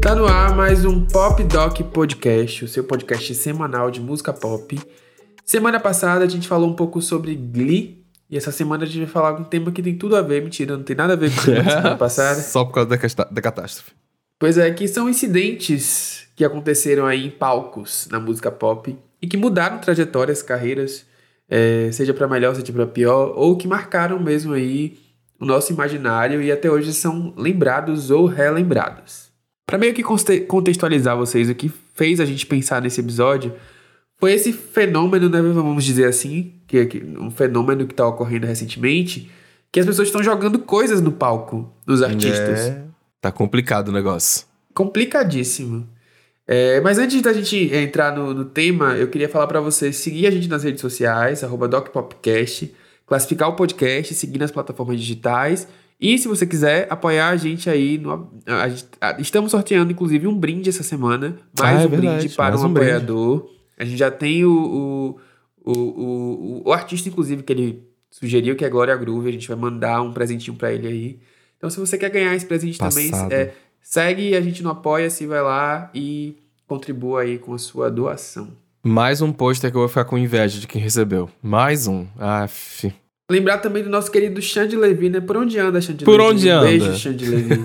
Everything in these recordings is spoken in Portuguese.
Tá no ar mais um Pop Doc Podcast, o seu podcast semanal de música pop. Semana passada a gente falou um pouco sobre Glee, e essa semana a gente vai falar de um tema que tem tudo a ver, mentira, não tem nada a ver com a semana passada. Só por causa da catástrofe. Pois é, que são incidentes que aconteceram aí em palcos na música pop e que mudaram trajetórias, carreiras, seja pra melhor, seja pra pior, ou que marcaram mesmo aí o nosso imaginário e até hoje são lembrados ou relembrados. Para meio que contextualizar vocês, o que fez a gente pensar nesse episódio foi esse fenômeno, né, vamos dizer assim, que um fenômeno que está ocorrendo recentemente, que as pessoas estão jogando coisas no palco dos artistas. Tá complicado o negócio. Complicadíssimo. Mas antes da gente entrar no tema, eu queria falar para vocês seguir a gente nas redes sociais, @DocPopcast, classificar o podcast, seguir nas plataformas digitais. E se você quiser apoiar a gente aí, estamos sorteando inclusive um brinde essa semana. Mais um brinde para um apoiador. A gente já tem o artista, inclusive, que ele sugeriu, que é Glória Groove. A gente vai mandar um presentinho para ele aí. Então, se você quer ganhar esse presente também, segue a gente no Apoia-se, vai lá e contribua aí com a sua doação. Mais um pôster que eu vou ficar com inveja de quem recebeu. Mais um. Aff. Lembrar também do nosso querido Xande Levi, né? Por onde anda, Xande Levi? Por onde anda? Beijo, Xande Levi.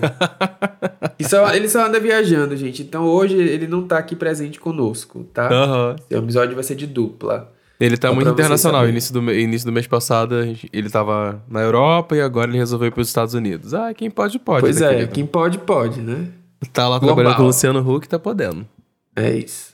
Ele só anda viajando, gente. Então hoje ele não tá aqui presente conosco, tá? Uhum. O episódio vai ser de dupla. Ele tá muito internacional. Início do mês passado ele tava na Europa e agora ele resolveu ir pros Estados Unidos. Ah, quem pode, Pois né, é, querido? quem pode, né? Tá lá trabalhando com o Luciano Huck, tá podendo. É isso.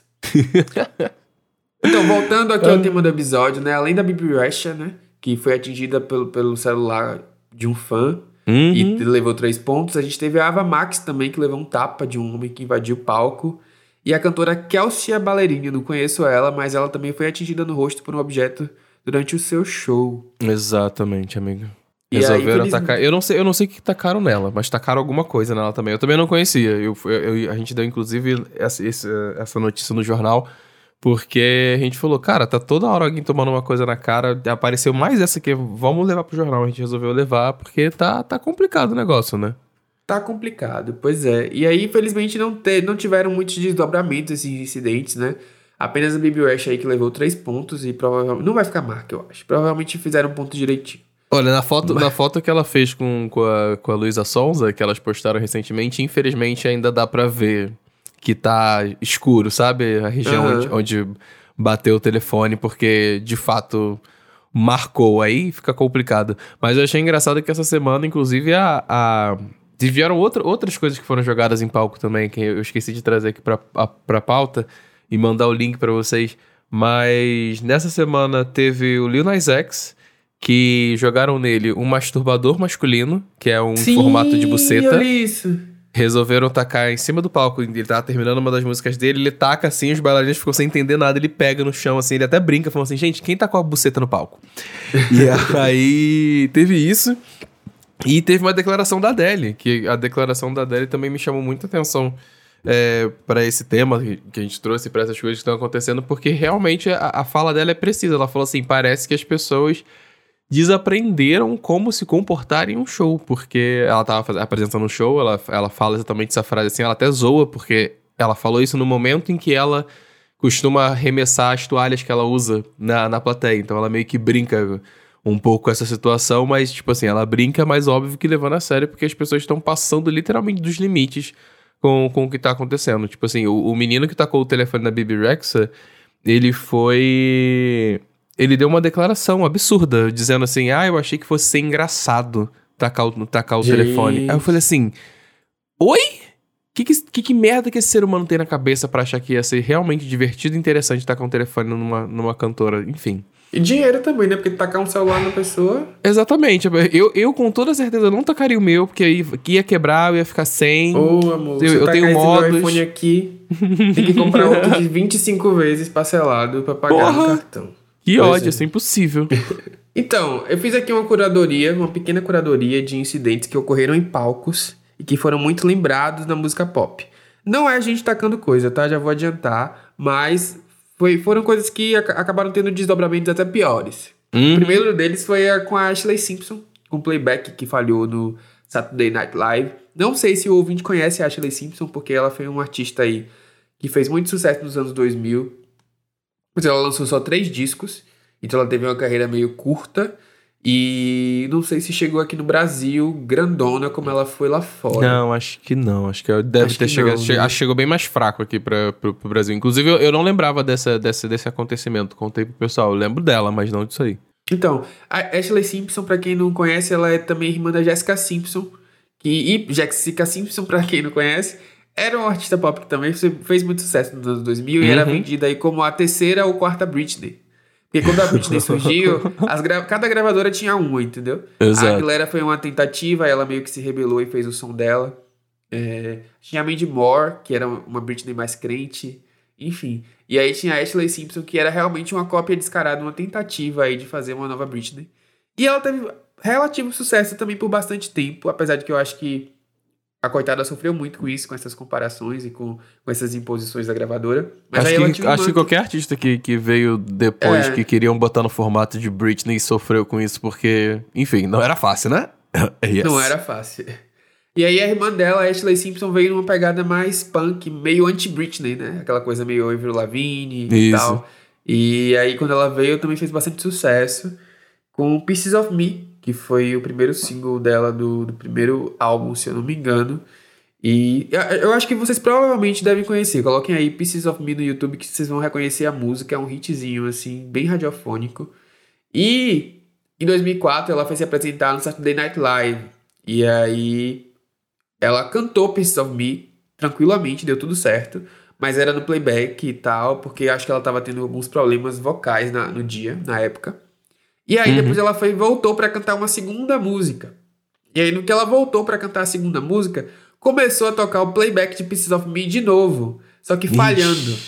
Então, voltando aqui ao tema do episódio, né? Além da Bibi Rexha, né? Que foi atingida pelo celular de um fã e levou 3 pontos. A gente teve a Ava Max também, que levou um tapa de um homem que invadiu o palco. E a cantora Kelsea Ballerini, não conheço ela, mas ela também foi atingida no rosto por um objeto durante o seu show. Exatamente, amigo. E resolveram aí, atacar. Eu não sei o que tacaram nela, mas tacaram alguma coisa nela também. Eu também não conhecia. A gente deu, inclusive, essa notícia no jornal, porque a gente falou, cara, tá toda hora alguém tomando uma coisa na cara. Apareceu mais essa aqui, vamos levar pro jornal. A gente resolveu levar, porque tá complicado o negócio, né? Tá complicado, pois é. E aí, infelizmente, não tiveram muitos desdobramentos esses incidentes, né? Apenas a Bibi Rexha aí que levou 3 pontos e provavelmente... Não vai ficar marca, eu acho. Provavelmente fizeram um ponto direitinho. Olha, na foto que ela fez com a Luísa Sonza, que elas postaram recentemente, infelizmente ainda dá pra ver que tá escuro, sabe? A região onde bateu o telefone, porque de fato marcou, aí fica complicado. Mas eu achei engraçado que essa semana, inclusive, vieram outras coisas que foram jogadas em palco também, que eu esqueci de trazer aqui pra pauta e mandar o link pra vocês. Mas nessa semana teve o Lil Nas X, que jogaram nele um masturbador masculino, que é um formato de buceta. Eu li isso. Resolveram tacar em cima do palco. Ele tava terminando uma das músicas dele, ele taca assim, os bailarinos ficam sem entender nada, ele pega no chão assim, ele até brinca, falando assim, gente, quem tacou a buceta no palco? E aí teve isso. E teve uma declaração da Adele, que a declaração da Adele também me chamou muita atenção para esse tema que a gente trouxe, para essas coisas que estão acontecendo, porque realmente a fala dela é precisa. Ela falou assim, parece que as pessoas desaprenderam como se comportar em um show, porque ela tava apresentando um show, ela fala exatamente essa frase assim, ela até zoa, porque ela falou isso no momento em que ela costuma arremessar as toalhas que ela usa na plateia, então ela meio que brinca um pouco com essa situação, mas tipo assim, ela brinca, mas óbvio que levando a sério, porque as pessoas estão passando literalmente dos limites com o que tá acontecendo. Tipo assim, o menino que tacou o telefone na Bibi Rexha, ele deu uma declaração absurda, dizendo assim, eu achei que fosse ser engraçado tacar o telefone. Aí eu falei assim, oi? Que merda que esse ser humano tem na cabeça pra achar que ia ser realmente divertido e interessante tacar um telefone numa cantora, enfim. E dinheiro também, né? Porque tacar um celular na pessoa... Exatamente. Eu com toda certeza não tacaria o meu, porque aí ia quebrar, eu ia ficar sem. Ô, amor, eu tenho modos. Meu iPhone aqui, tem que comprar outro de 25 vezes parcelado pra pagar no cartão. Que ódio, isso é impossível. Então, eu fiz aqui uma pequena curadoria de incidentes que ocorreram em palcos e que foram muito lembrados na música pop. Não é a gente tacando coisa, tá? Já vou adiantar, mas foram coisas que acabaram tendo desdobramentos até piores. O primeiro deles foi com a Ashley Simpson, com o playback que falhou Saturday Night Live. Não sei se o ouvinte conhece a Ashlee Simpson, porque ela foi uma artista aí que fez muito sucesso nos anos 2000. Mas ela lançou só 3 discos, então ela teve uma carreira meio curta. E não sei se chegou aqui no Brasil grandona como ela foi lá fora. Não, acho que não. Acho que deve ter chegado. Acho que chegou bem mais fraco aqui pro Brasil. Inclusive, eu não lembrava desse acontecimento. Contei pro pessoal. Eu lembro dela, mas não disso aí. Então, a Ashlee Simpson, pra quem não conhece, ela é também irmã da Jessica Simpson. E Jessica Simpson, pra quem não conhece, era uma artista pop que também fez muito sucesso nos anos 2000 e era vendida aí como a terceira ou quarta Britney. Porque quando a Britney surgiu, cada gravadora tinha uma, entendeu? Exato. A Aguilera foi uma tentativa, ela meio que se rebelou e fez o som dela. Tinha a Mandy Moore, que era uma Britney mais crente, enfim. E aí tinha a Ashlee Simpson, que era realmente uma cópia descarada, uma tentativa aí de fazer uma nova Britney. E ela teve relativo sucesso também por bastante tempo, apesar de que eu acho que a coitada sofreu muito com isso, com essas comparações e com essas imposições da gravadora. Mas acho que qualquer artista que veio depois, que queriam botar no formato de Britney, sofreu com isso, porque, enfim, não era fácil, né? Yes. Não era fácil. E aí a irmã dela, a Ashlee Simpson, veio numa pegada mais punk, meio anti-Britney, né? Aquela coisa meio Avril Lavigne e tal. E aí quando ela veio, também fez bastante sucesso com Pieces of Me, que foi o primeiro single dela do primeiro álbum, se eu não me engano. E eu acho que vocês provavelmente devem conhecer. Coloquem aí Pieces of Me no YouTube que vocês vão reconhecer a música. É um hitzinho, assim, bem radiofônico. E em 2004 ela foi se apresentar no Saturday Night Live. E aí ela cantou Pieces of Me tranquilamente, deu tudo certo. Mas era no playback e tal, porque acho que ela tava tendo alguns problemas vocais no dia, na época. E aí depois ela voltou pra cantar uma segunda música. E aí no que ela voltou pra cantar a segunda música, começou a tocar o playback de Pieces of Me de novo, só que falhando.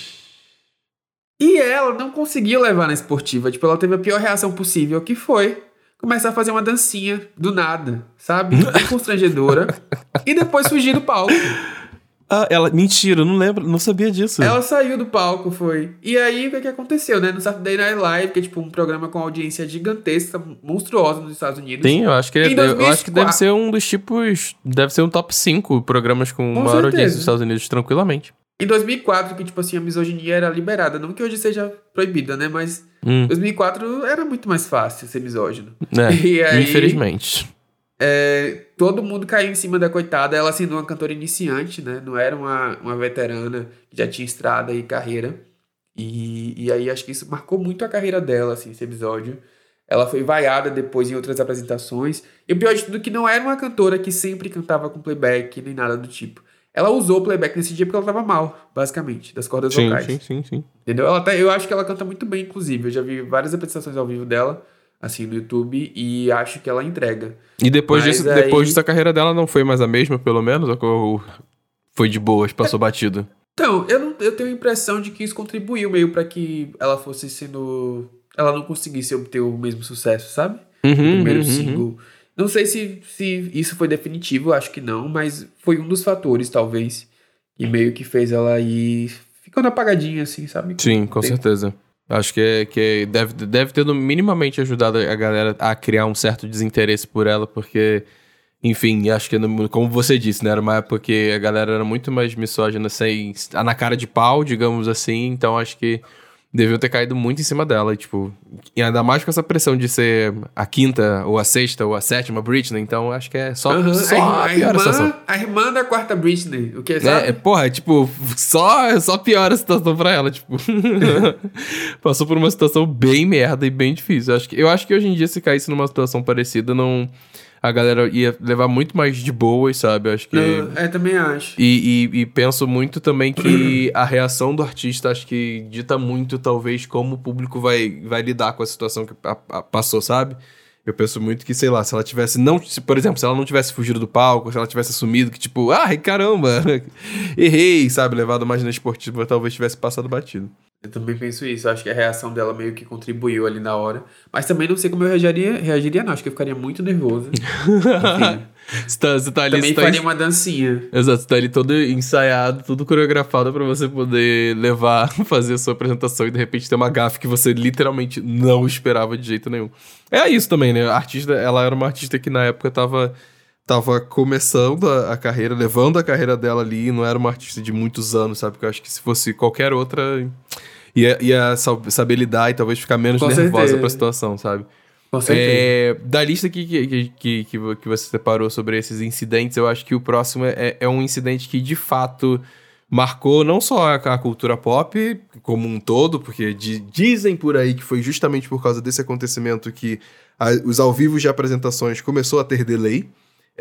E ela não conseguiu levar na esportiva, tipo, ela teve a pior reação possível, que foi começar a fazer uma dancinha do nada, sabe? Bem constrangedora. E depois fugir do palco. Mentira, eu não lembro, não sabia disso. Ela saiu do palco, foi. E aí, o que aconteceu, né? No Saturday Night Live, que é tipo um programa com audiência gigantesca, monstruosa nos Estados Unidos. Sim, eu acho que deve ser um dos tipos, deve ser um top 5 programas com maior audiência nos Estados Unidos, tranquilamente. Em 2004, que tipo assim, a misoginia era liberada. Não que hoje seja proibida, né? Mas em 2004 era muito mais fácil ser misógino. E aí, infelizmente. Todo mundo caiu em cima da coitada. Ela sendo uma cantora iniciante, né? Não era uma veterana que já tinha estrada e carreira. E aí acho que isso marcou muito a carreira dela, assim, esse episódio. Ela foi vaiada depois em outras apresentações. E o pior de tudo é que não era uma cantora que sempre cantava com playback, nem nada do tipo. Ela usou o playback nesse dia porque ela tava mal, basicamente, das cordas vocais. Sim. Entendeu? Eu acho que ela canta muito bem, inclusive. Eu já vi várias apresentações ao vivo dela, assim, no YouTube, e acho que ela entrega. E depois disso, a carreira dela não foi mais a mesma, pelo menos? Ou foi de boas, passou batido? Então, eu tenho a impressão de que isso contribuiu meio pra que ela fosse sendo... Ela não conseguisse obter o mesmo sucesso, sabe? O primeiro single. Não sei se isso foi definitivo, acho que não, mas foi um dos fatores, talvez, e meio que fez ela ir ficando apagadinha, assim, sabe? Sim, com certeza. Acho que deve ter minimamente ajudado a galera a criar um certo desinteresse por ela, porque, enfim, acho que, como você disse, né, era uma época que a galera era muito mais misógina, na cara de pau, digamos assim, então acho que deviam ter caído muito em cima dela, e ainda mais com essa pressão de ser a quinta, ou a sexta, ou a sétima Britney, então acho que é só pior a situação. A irmã da quarta Britney, o que sabe? Só piora a situação pra ela, passou por uma situação bem merda e bem difícil. Eu acho que hoje em dia, se caísse numa situação parecida, a galera ia levar muito mais de boas, sabe? Eu acho que... também acho. E penso muito também que a reação do artista, acho que dita muito, talvez, como o público vai lidar com a situação que passou, sabe? Eu penso muito que, sei lá, se ela tivesse... por exemplo, se ela não tivesse fugido do palco, se ela tivesse assumido que, ai, caramba, errei, sabe? Levado mais na esportiva, talvez tivesse passado batido. Eu também penso isso. Eu acho que a reação dela meio que contribuiu ali na hora. Mas também não sei como eu reagiria não. Acho que eu ficaria muito nervoso. Enfim. Você tá ali, também faria uma dancinha. Exato, você tá ali todo ensaiado, tudo coreografado pra você poder fazer a sua apresentação e de repente ter uma gafe que você literalmente não esperava de jeito nenhum. É isso também, né? A artista, ela era uma artista que na época tava tava começando a carreira, levando a carreira dela ali, e não era uma artista de muitos anos, sabe? Porque eu acho que se fosse qualquer outra, ia saber lidar e talvez ficar menos Com nervosa certeza. pra situação, sabe? Com certeza. Da lista que você separou sobre esses incidentes, eu acho que o próximo é um incidente que de fato marcou não só a cultura pop como um todo, porque dizem por aí que foi justamente por causa desse acontecimento que os ao vivo de apresentações começou a ter delay.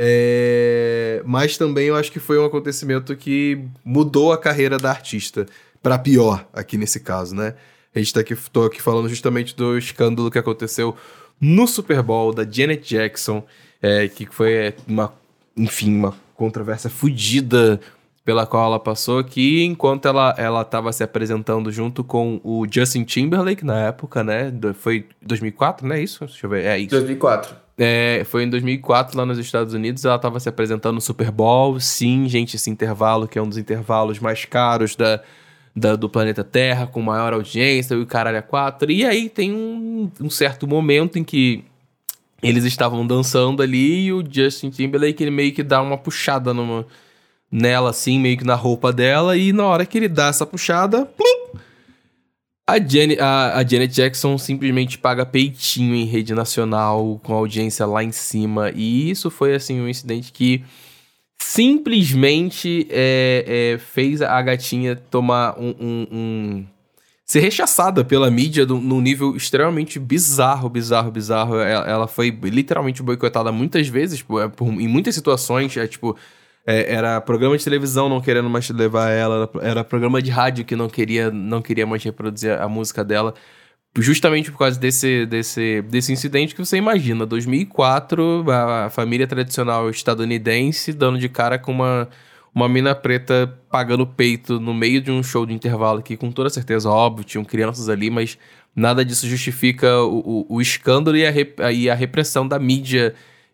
Mas também eu acho que foi um acontecimento que mudou a carreira da artista para pior aqui nesse caso, né? A gente tô aqui falando justamente do escândalo que aconteceu no Super Bowl da Janet Jackson, que foi uma controvérsia fodida pela qual ela passou, que enquanto ela tava se apresentando junto com o Justin Timberlake na época, né? Foi 2004, não é isso? Deixa eu ver, é isso. 2004. Foi em 2004 lá nos Estados Unidos, ela tava se apresentando no Super Bowl. Sim, gente, esse intervalo que é um dos intervalos mais caros do planeta Terra, com maior audiência, e o caralho é 4. E aí tem um certo momento em que eles estavam dançando ali e o Justin Timberlake, ele meio que dá uma puxada nela, assim, meio que na roupa dela, e na hora que ele dá essa puxada, plum, a Janet Jackson simplesmente paga peitinho em rede nacional, com a audiência lá em cima, e isso foi, assim, um incidente que simplesmente fez a gatinha tomar ser rechaçada pela mídia num nível extremamente bizarro. Ela foi literalmente boicotada muitas vezes, em muitas situações. Era programa de televisão não querendo mais levar ela, era programa de rádio que não queria mais reproduzir a música dela. Justamente por causa desse incidente que você imagina, 2004, a família tradicional estadunidense dando de cara com uma mina preta pagando peito no meio de um show de intervalo que, com toda certeza, óbvio, tinham crianças ali, mas nada disso justifica o escândalo e a repressão da mídia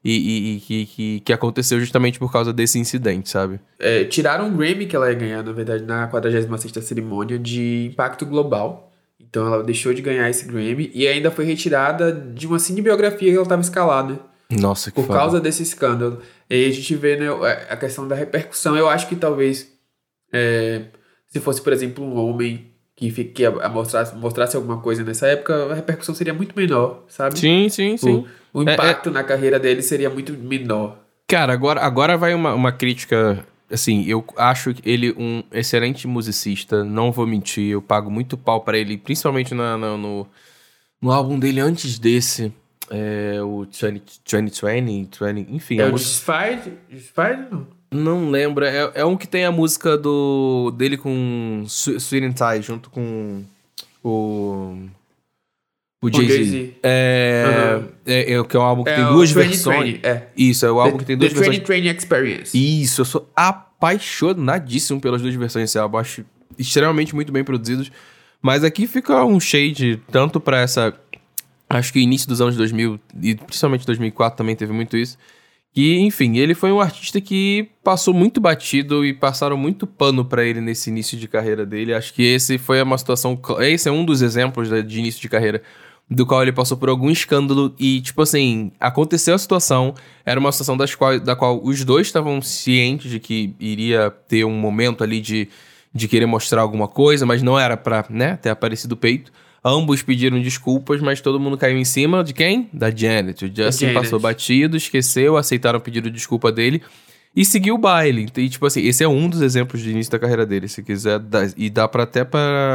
que aconteceu justamente por causa desse incidente, sabe? Tiraram o Grammy que ela ia ganhar, na verdade, na 46ª cerimônia de impacto global. Então ela deixou de ganhar esse Grammy e ainda foi retirada de uma cinebiografia que ela estava escalada. Nossa, que por foda. causa desse escândalo. E aí a gente vê, né, a questão da repercussão. Eu acho que talvez se fosse, por exemplo, um homem que mostrasse alguma coisa nessa época, a repercussão seria muito menor, sabe? Sim. O impacto na carreira dele seria muito menor. Cara, agora vai uma crítica. Assim, eu acho ele um excelente musicista, não vou mentir, eu pago muito pau pra ele, principalmente no álbum dele antes desse, o 2020, enfim. É o Justified? Não lembro, é um que tem a música dele com Sweet and Tie, junto com o Jay-Z. Que é um álbum que tem duas versões. Isso, é o álbum que tem duas versões. The Training Experience. Isso, eu sou apaixonadíssimo pelas duas versões desse álbum. Acho extremamente muito bem produzidos. Mas aqui fica um shade, tanto pra essa... Acho que início dos anos 2000, e principalmente 2004 também teve muito isso. E, enfim, ele foi um artista que passou muito batido e passaram muito pano pra ele nesse início de carreira dele. Acho que esse foi uma situação... Esse é um dos exemplos de início de carreira do qual ele passou por algum escândalo e, tipo assim, aconteceu a situação, era uma situação da qual os dois estavam cientes de que iria ter um momento ali de querer mostrar alguma coisa, mas não era pra, né, ter aparecido o peito. Ambos pediram desculpas, mas todo mundo caiu em cima de quem? Da Janet. O Justin passou batido, esqueceu, aceitaram o pedido de desculpa dele e seguiu o baile. E, tipo assim, esse é um dos exemplos de início da carreira dele, se quiser. Dá até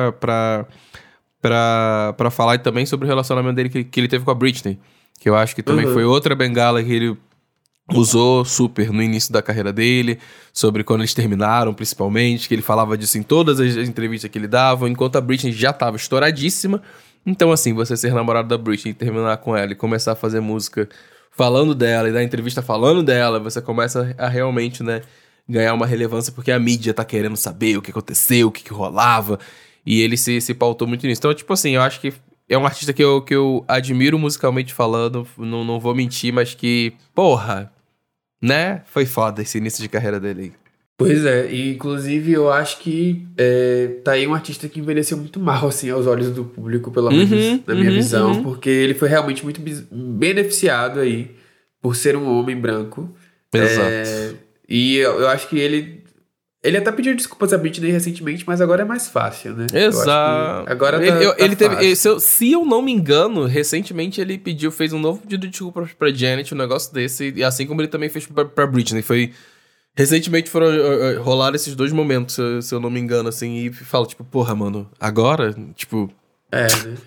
pra falar também sobre o relacionamento dele que ele teve com a Britney. Que eu acho que também foi outra bengala que ele usou super no início da carreira dele, sobre quando eles terminaram, principalmente, que ele falava disso em todas as entrevistas que ele dava, enquanto a Britney já tava estouradíssima. Então, assim, você ser namorado da Britney, terminar com ela e começar a fazer música falando dela e dar entrevista falando dela, você começa a realmente, né, ganhar uma relevância, porque a mídia tá querendo saber o que aconteceu, o que rolava, e ele se pautou muito nisso. Então, tipo assim, eu acho que é um artista que eu admiro musicalmente falando, não vou mentir, mas que, porra, né? Foi foda esse início de carreira dele aí. Pois é, e inclusive eu acho que tá aí um artista que envelheceu muito mal, assim, aos olhos do público, pelo menos na minha visão, porque ele foi realmente muito beneficiado aí por ser um homem branco Exato. E eu acho que ele até pediu desculpas a Britney recentemente, mas agora é mais fácil, né? Exato. Agora Ele teve. fácil. Se eu não me engano, recentemente ele fez um novo pedido de desculpa pra Janet, um negócio desse, e assim como ele também fez pra Britney. Recentemente rolaram esses dois momentos, se eu não me engano, assim, e falo, tipo, porra, mano, agora, tipo. Né?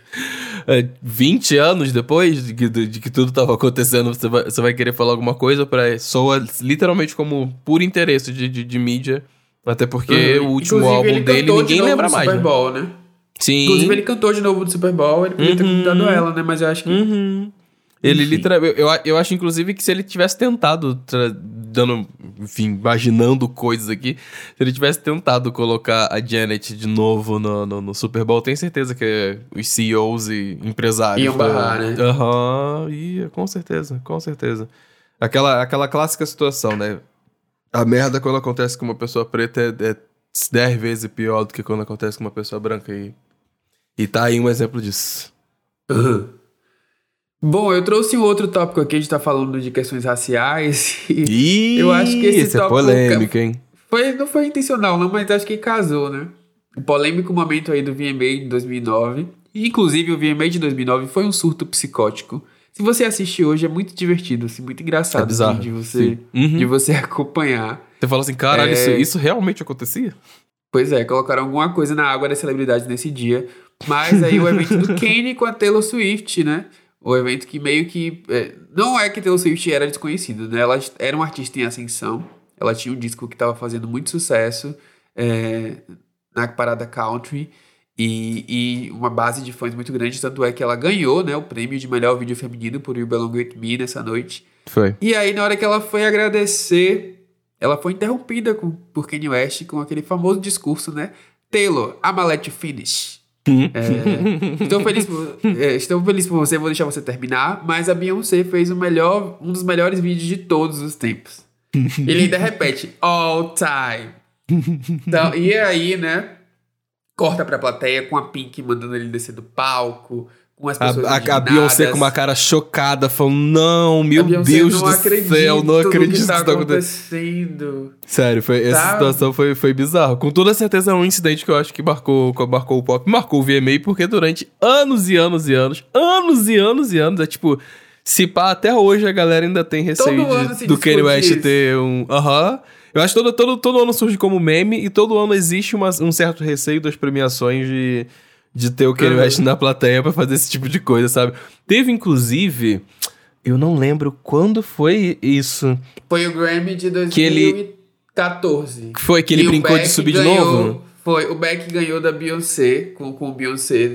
20 anos depois de que tudo tava acontecendo, você vai querer falar alguma coisa soa literalmente como puro interesse de mídia. Até porque o último Inclusive, álbum dele ninguém lembra mais. Super Bowl, né? Sim. Inclusive, ele cantou de novo no Super Bowl, ele podia ter cantado ela, né? Mas eu acho que. Ele literalmente. Eu acho, inclusive, que se ele tivesse tentado, imaginando coisas aqui, se ele tivesse tentado colocar a Janet de novo no Super Bowl, tenho certeza que os CEOs e empresários iam barrar, né? Ia, com certeza, com certeza. Aquela clássica situação, né? A merda quando acontece com uma pessoa preta é 10 vezes pior do que quando acontece com uma pessoa branca. E tá aí um exemplo disso. Bom, eu trouxe um outro tópico aqui, a gente tá falando de questões raciais. E eu acho que esse tópico é polêmico, hein? Não foi intencional, não, mas acho que casou, né? O polêmico momento aí do VMA de 2009. E, inclusive, o VMA de 2009 foi um surto psicótico. Se você assistir hoje, é muito divertido, assim, muito engraçado. É bizarro, de você acompanhar. Você fala assim, caralho, isso realmente acontecia? Pois é, colocaram alguma coisa na água das celebridades nesse dia. Mas aí o evento do Kanye com a Taylor Swift, né? O evento que meio que... não é que a Taylor Swift era desconhecida, né? Ela era uma artista em ascensão. Ela tinha um disco que estava fazendo muito sucesso na parada country. E uma base de fãs muito grande. Tanto é que ela ganhou, né, o prêmio de melhor vídeo feminino por You Belong With Me nessa noite. Foi. E aí, na hora que ela foi agradecer, ela foi interrompida por Kanye West com aquele famoso discurso, né? Taylor, I'ma let you finish. Estou feliz por você, vou deixar você terminar. Mas a Beyoncé fez um dos melhores vídeos de todos os tempos. Ele ainda repete all time. Então, e aí, né, corta pra plateia com a Pink mandando ele descer do palco, com as pessoas a Beyoncé com uma cara chocada, falando, não, meu Deus do céu, não acredito que isso tá acontecendo. Sério, essa situação foi bizarro. Com toda certeza é um incidente que eu acho que marcou o pop, marcou o VMA, porque durante anos e anos, é tipo, se pá, até hoje a galera ainda tem receio do Kanye West ter um... Eu acho que todo ano surge como meme e todo ano existe um certo receio das premiações de ter o Kanye West na plateia pra fazer esse tipo de coisa, sabe? Teve, inclusive... Eu não lembro quando foi isso. Foi o Grammy de 2014. Foi que ele brincou de subir de novo? Foi. O Beck ganhou da Beyoncé, com o Beyoncé,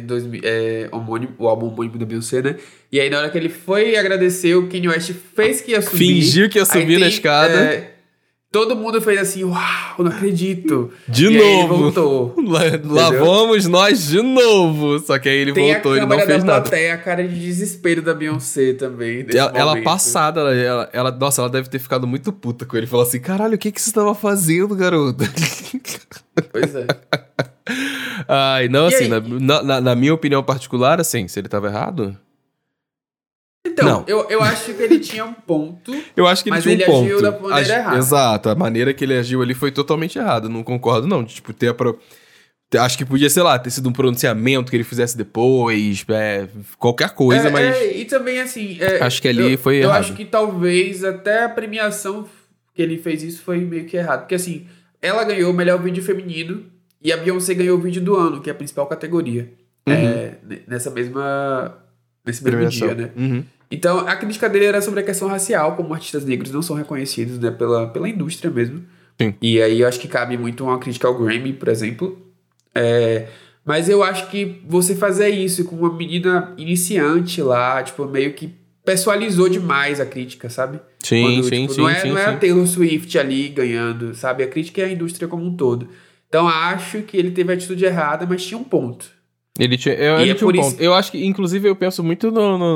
o álbum homônimo da Beyoncé, né? E aí, na hora que ele foi agradecer, o Kanye West fez que ia subir. Fingiu que ia subir na escada. Todo mundo fez assim, uau, não acredito. De e novo. Aí ele voltou. Lá vamos nós de novo. Só que aí ele voltou e não fez nada. Tem a câmera da plateia, a cara de desespero da Beyoncé também. Ela passada, nossa, ela deve ter ficado muito puta com ele. Falou assim, caralho, o que você tava fazendo, garota? Pois é. Ai, não, assim, na minha opinião particular, assim, se ele tava errado... Então, eu acho que ele tinha um ponto. Eu acho que ele tinha um ponto. Mas ele agiu da maneira errada. Exato, a maneira que ele agiu ali foi totalmente errada. Não concordo, não. De, tipo, acho que podia, sei lá, ter sido um pronunciamento que ele fizesse depois, qualquer coisa, mas... E também, assim... acho que ali foi errado. Eu acho que talvez até a premiação que ele fez isso foi meio que errado. Porque, assim, ela ganhou o melhor vídeo feminino e a Beyoncé ganhou o vídeo do ano, que é a principal categoria. Nesse mesmo dia, né? Então, a crítica dele era sobre a questão racial, como artistas negros não são reconhecidos, né, pela indústria mesmo. Sim. E aí eu acho que cabe muito uma crítica ao Grammy, por exemplo. Mas eu acho que você fazer isso com uma menina iniciante lá, tipo, meio que pessoalizou demais a crítica, sabe? Sim. Não é a Taylor Swift ali ganhando, sabe? A crítica é a indústria como um todo. Então, acho que ele teve a atitude errada, mas tinha um ponto. Ele tinha um ponto. Eu acho que, inclusive, eu penso muito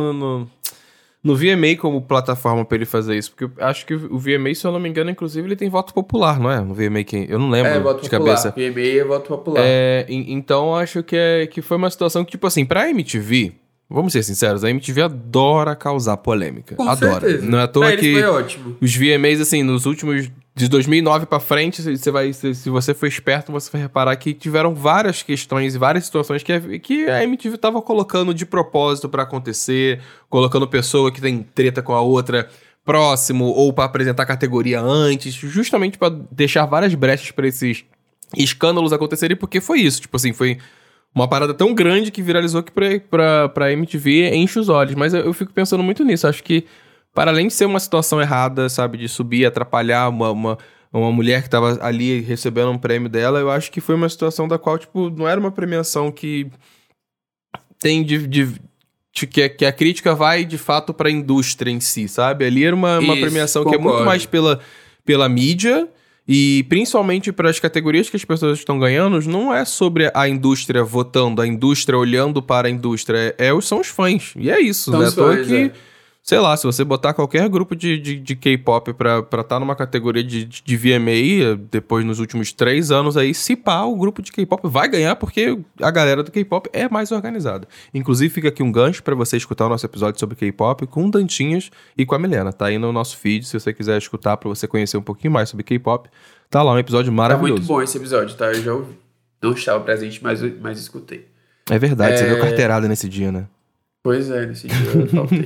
no VMA como plataforma pra ele fazer isso, porque eu acho que o VMA, se eu não me engano, inclusive, ele tem voto popular, não é? No VMA, eu não lembro voto de popular. Cabeça. VMA é voto popular. Então, acho que foi uma situação que, tipo assim, pra MTV, Vamos ser sinceros, a MTV adora causar polêmica. Com adora. certeza. Não é à toa que foi ótimo. os VMAs, assim, nos últimos... De 2009 pra frente, se você for esperto, você vai reparar que tiveram várias questões e várias situações que a MTV tava colocando de propósito pra acontecer, colocando pessoa que tem treta com a outra próximo, ou pra apresentar categoria antes, justamente pra deixar várias brechas pra esses escândalos acontecerem, porque foi isso. Tipo assim, foi uma parada tão grande que viralizou que pra MTV enche os olhos. Mas eu fico pensando muito nisso. Acho que, para além de ser uma situação errada, sabe, de subir e atrapalhar uma mulher que tava ali recebendo um prêmio dela, eu acho que foi uma situação da qual, tipo, não era uma premiação que tem que a crítica vai, de fato, pra indústria em si, sabe? Ali era uma Isso, premiação concordo. que é muito mais pela mídia. E principalmente para as categorias que as pessoas estão ganhando, não é sobre a indústria votando, a indústria olhando para a indústria, são os fãs. E é isso, São né? os fãs, Que, sei lá, se você botar qualquer grupo de K-pop pra estar numa categoria de VMA, depois nos últimos 3 anos aí, se pá, o grupo de K-pop vai ganhar porque a galera do K-pop é mais organizada. Inclusive, fica aqui um gancho pra você escutar o nosso episódio sobre K-pop com o Dantinhas e com a Milena. Tá aí no nosso feed, se você quiser escutar pra você conhecer um pouquinho mais sobre K-pop. Tá lá, um episódio Tá maravilhoso. muito bom esse episódio, tá? Eu já ouvi. Não estava presente, mas escutei. É verdade, você deu carteirada nesse dia, né? Pois é, nesse dia eu faltei.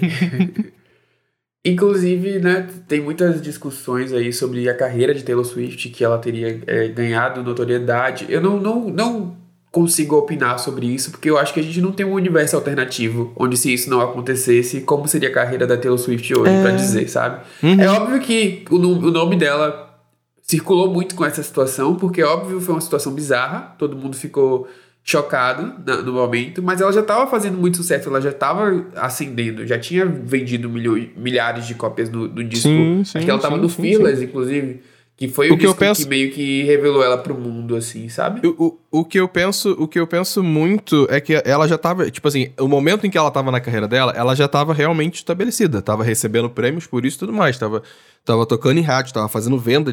Inclusive, né, tem muitas discussões aí sobre a carreira de Taylor Swift, que ela teria ganhado notoriedade. Eu não consigo opinar sobre isso, porque eu acho que a gente não tem um universo alternativo, onde se isso não acontecesse, como seria a carreira da Taylor Swift hoje, pra dizer, sabe? Uhum. É óbvio que o nome dela circulou muito com essa situação, porque óbvio foi uma situação bizarra, todo mundo ficou chocado no momento, mas ela já estava fazendo muito sucesso, ela já estava ascendendo, já tinha vendido milhares de cópias no disco. Sim, Acho que ela estava no Fearless, inclusive, que foi o disco que meio que revelou ela pro mundo, assim, sabe? O que eu penso muito é que ela já tava, tipo assim, o momento em que ela tava na carreira dela, ela já tava realmente estabelecida, tava recebendo prêmios por isso e tudo mais, tava tocando em rádio, tava fazendo venda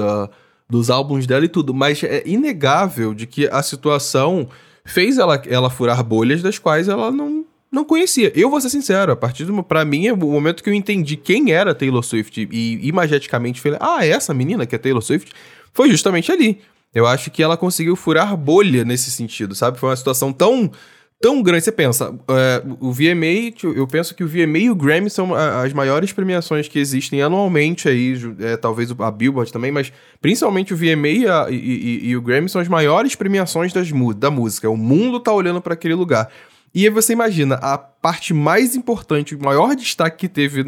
dos álbuns dela e tudo, mas é inegável de que a situação fez ela furar bolhas das quais ela não conhecia. Eu vou ser sincero, pra mim, o momento que eu entendi quem era Taylor Swift e imageticamente falei, essa menina que é Taylor Swift, foi justamente ali. Eu acho que ela conseguiu furar bolha nesse sentido, sabe? Foi uma situação tão grande. Você pensa, o VMA, eu penso que o VMA e o Grammy são as maiores premiações que existem anualmente aí, talvez a Billboard também, mas principalmente o VMA e o Grammy são as maiores premiações da música. O mundo tá olhando para aquele lugar. E aí você imagina, a parte mais importante, o maior destaque que teve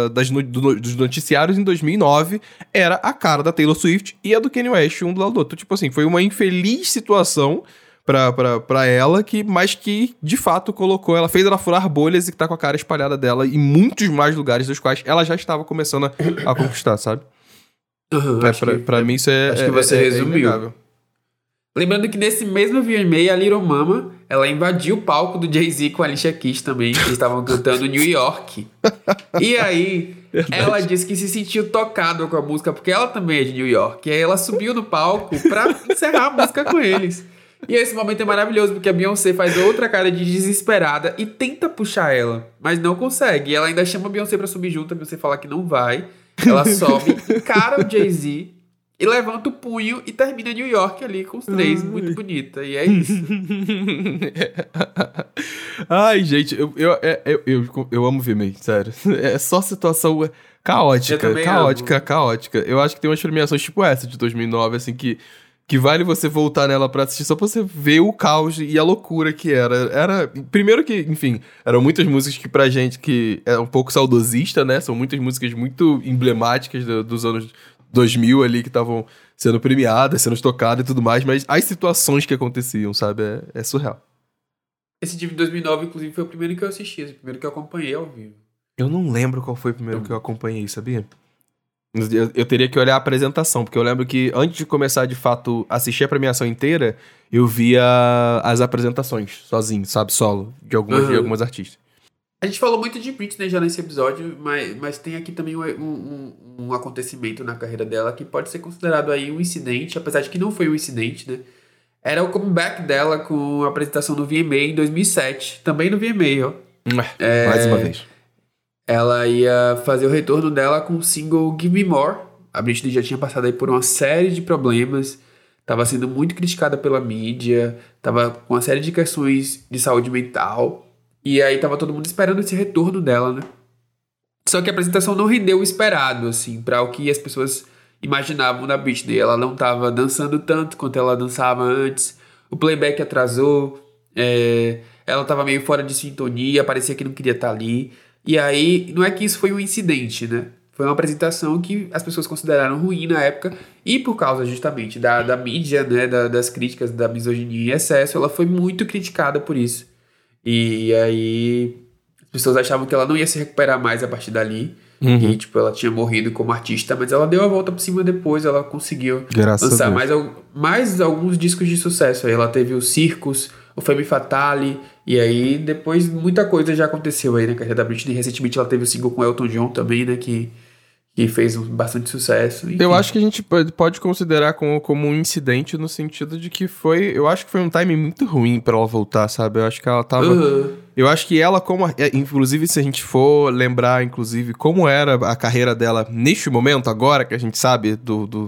dos noticiários em 2009 era a cara da Taylor Swift e a do Kanye West, um do lado do outro. Tipo assim, foi uma infeliz situação pra ela, mas que, de fato, ela fez ela furar bolhas e que tá com a cara espalhada dela em muitos mais lugares dos quais ela já estava começando a conquistar, sabe? Uhum, pra mim isso é... Acho que você resumiu. Inegável. Lembrando que nesse mesmo VMA, a Little Mama, ela invadiu o palco do Jay-Z com a Alicia Keys também, que eles estavam cantando New York. E aí, ela disse que se sentiu tocada com a música, porque ela também é de New York. E aí ela subiu no palco pra encerrar a música com eles. E esse momento é maravilhoso, porque a Beyoncé faz outra cara de desesperada e tenta puxar ela, mas não consegue. E ela ainda chama a Beyoncé pra subir junto, a Beyoncé fala que não vai. Ela sobe, encara o Jay-Z e levanta o punho e termina New York ali com os três, muito bonita. E é isso. Ai, gente, eu amo VMA, sério. É só situação caótica. Eu acho que tem umas premiações tipo essa de 2009, assim, que vale você voltar nela pra assistir só pra você ver o caos e a loucura que era. Primeiro que, enfim, eram muitas músicas que pra gente que é um pouco saudosista, né? São muitas músicas muito emblemáticas dos anos 2000 ali que estavam sendo premiadas, sendo tocadas e tudo mais, mas as situações que aconteciam, sabe? É surreal. Esse de 2009, inclusive, foi o primeiro que eu assisti, o primeiro que eu acompanhei ao vivo. Eu não lembro qual foi o primeiro que eu acompanhei, sabia? Eu teria que olhar a apresentação, porque eu lembro que antes de começar, de fato, assistir a premiação inteira, eu via as apresentações sozinho, sabe? Solo, de algumas artistas. A gente falou muito de Britney já nesse episódio, mas tem aqui também um acontecimento na carreira dela que pode ser considerado aí um incidente, apesar de que não foi um incidente, né? Era o comeback dela com a apresentação no VMA em 2007, também no VMA, ó. Mais uma vez. Ela ia fazer o retorno dela com o single Give Me More. A Britney já tinha passado aí por uma série de problemas, estava sendo muito criticada pela mídia, estava com uma série de questões de saúde mental, e aí tava todo mundo esperando esse retorno dela, né? Só que a apresentação não rendeu o esperado, assim, para o que as pessoas imaginavam da Britney. Ela não tava dançando tanto quanto ela dançava antes, o playback atrasou, ela tava meio fora de sintonia, parecia que não queria estar ali. E aí, não é que isso foi um incidente, né? Foi uma apresentação que as pessoas consideraram ruim na época, e por causa justamente da mídia, né, das críticas da misoginia em excesso, ela foi muito criticada por isso. E aí as pessoas achavam que ela não ia se recuperar mais a partir dali, e tipo, ela tinha morrido como artista, mas ela deu a volta por cima depois, ela conseguiu lançar mais alguns discos de sucesso. Aí ela teve o Circus, o Femme Fatale, e aí depois muita coisa já aconteceu aí na carreira da Britney. Recentemente ela teve o single com Elton John também, né, que fez bastante sucesso. Enfim. Eu acho que a gente pode considerar como um incidente no sentido de que eu acho que foi um timing muito ruim pra ela voltar, sabe? Eu acho que ela tava... Eu acho que ela, inclusive, se a gente for lembrar, inclusive, como era a carreira dela neste momento, agora que a gente sabe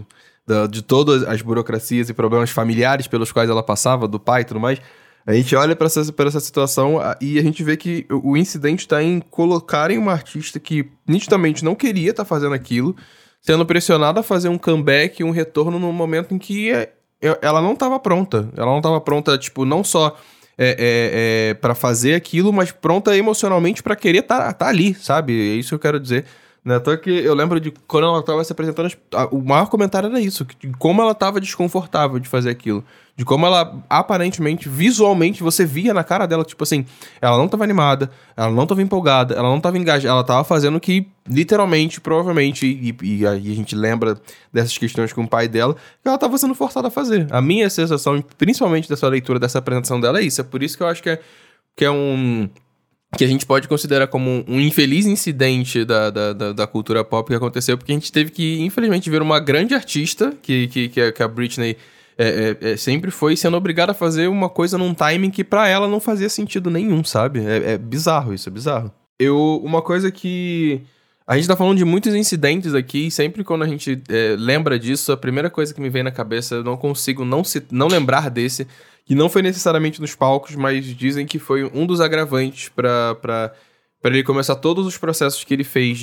de todas as burocracias e problemas familiares pelos quais ela passava, do pai e tudo mais, a gente olha pra essa situação e a gente vê que o incidente tá em colocarem uma artista que nitidamente não queria estar fazendo aquilo, sendo pressionada a fazer um comeback, um retorno no momento em que ela não estava pronta. Ela não estava pronta, tipo, não só pra fazer aquilo, mas pronta emocionalmente pra querer tá ali, sabe? É isso que eu quero dizer. Né? Então que eu lembro de quando ela tava se apresentando, o maior comentário era isso, de como ela tava desconfortável de fazer aquilo. De como ela, aparentemente, visualmente, você via na cara dela, tipo assim, ela não tava animada, ela não tava empolgada, ela não tava engajada, ela tava fazendo o que, literalmente, provavelmente, e aí a gente lembra dessas questões com o pai dela, que ela tava sendo forçada a fazer. A minha sensação, principalmente dessa leitura, dessa apresentação dela, é isso. É por isso que eu acho que a gente pode considerar como um infeliz incidente da cultura pop que aconteceu, porque a gente teve que, infelizmente, ver uma grande artista, que a Britney sempre foi sendo obrigada a fazer uma coisa num timing que pra ela não fazia sentido nenhum, sabe? É bizarro isso, é bizarro. Uma coisa que... A gente tá falando de muitos incidentes aqui, e sempre quando a gente lembra disso, a primeira coisa que me vem na cabeça, eu não consigo não lembrar desse, que não foi necessariamente nos palcos, mas dizem que foi um dos agravantes pra ele começar todos os processos que ele fez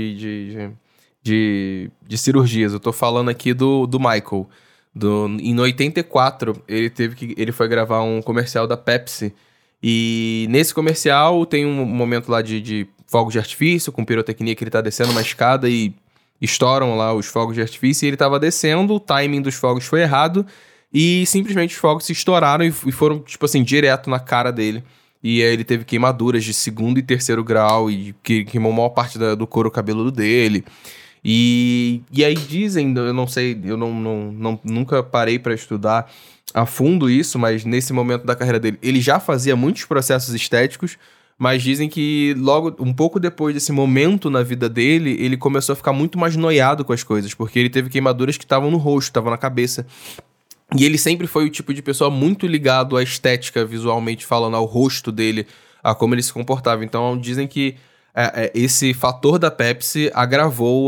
de cirurgias. Eu tô falando aqui do Michael. Em 84, ele foi gravar um comercial da Pepsi, e nesse comercial tem um momento lá de fogos de artifício, com pirotecnia, que ele tá descendo uma escada e estouram lá os fogos de artifício, e ele tava descendo, o timing dos fogos foi errado, e simplesmente os fogos se estouraram e foram, tipo assim, direto na cara dele. E aí ele teve queimaduras de 2º e 3º grau, e queimou a maior parte do couro cabeludo dele. E aí dizem, eu não sei, eu nunca parei pra estudar a fundo isso, mas nesse momento da carreira dele, ele já fazia muitos processos estéticos, mas dizem que logo, um pouco depois desse momento na vida dele, ele começou a ficar muito mais noiado com as coisas, porque ele teve queimaduras que estavam no rosto, estavam na cabeça. E ele sempre foi o tipo de pessoa muito ligado à estética, visualmente falando, ao rosto dele, a como ele se comportava. Então dizem que esse fator da Pepsi agravou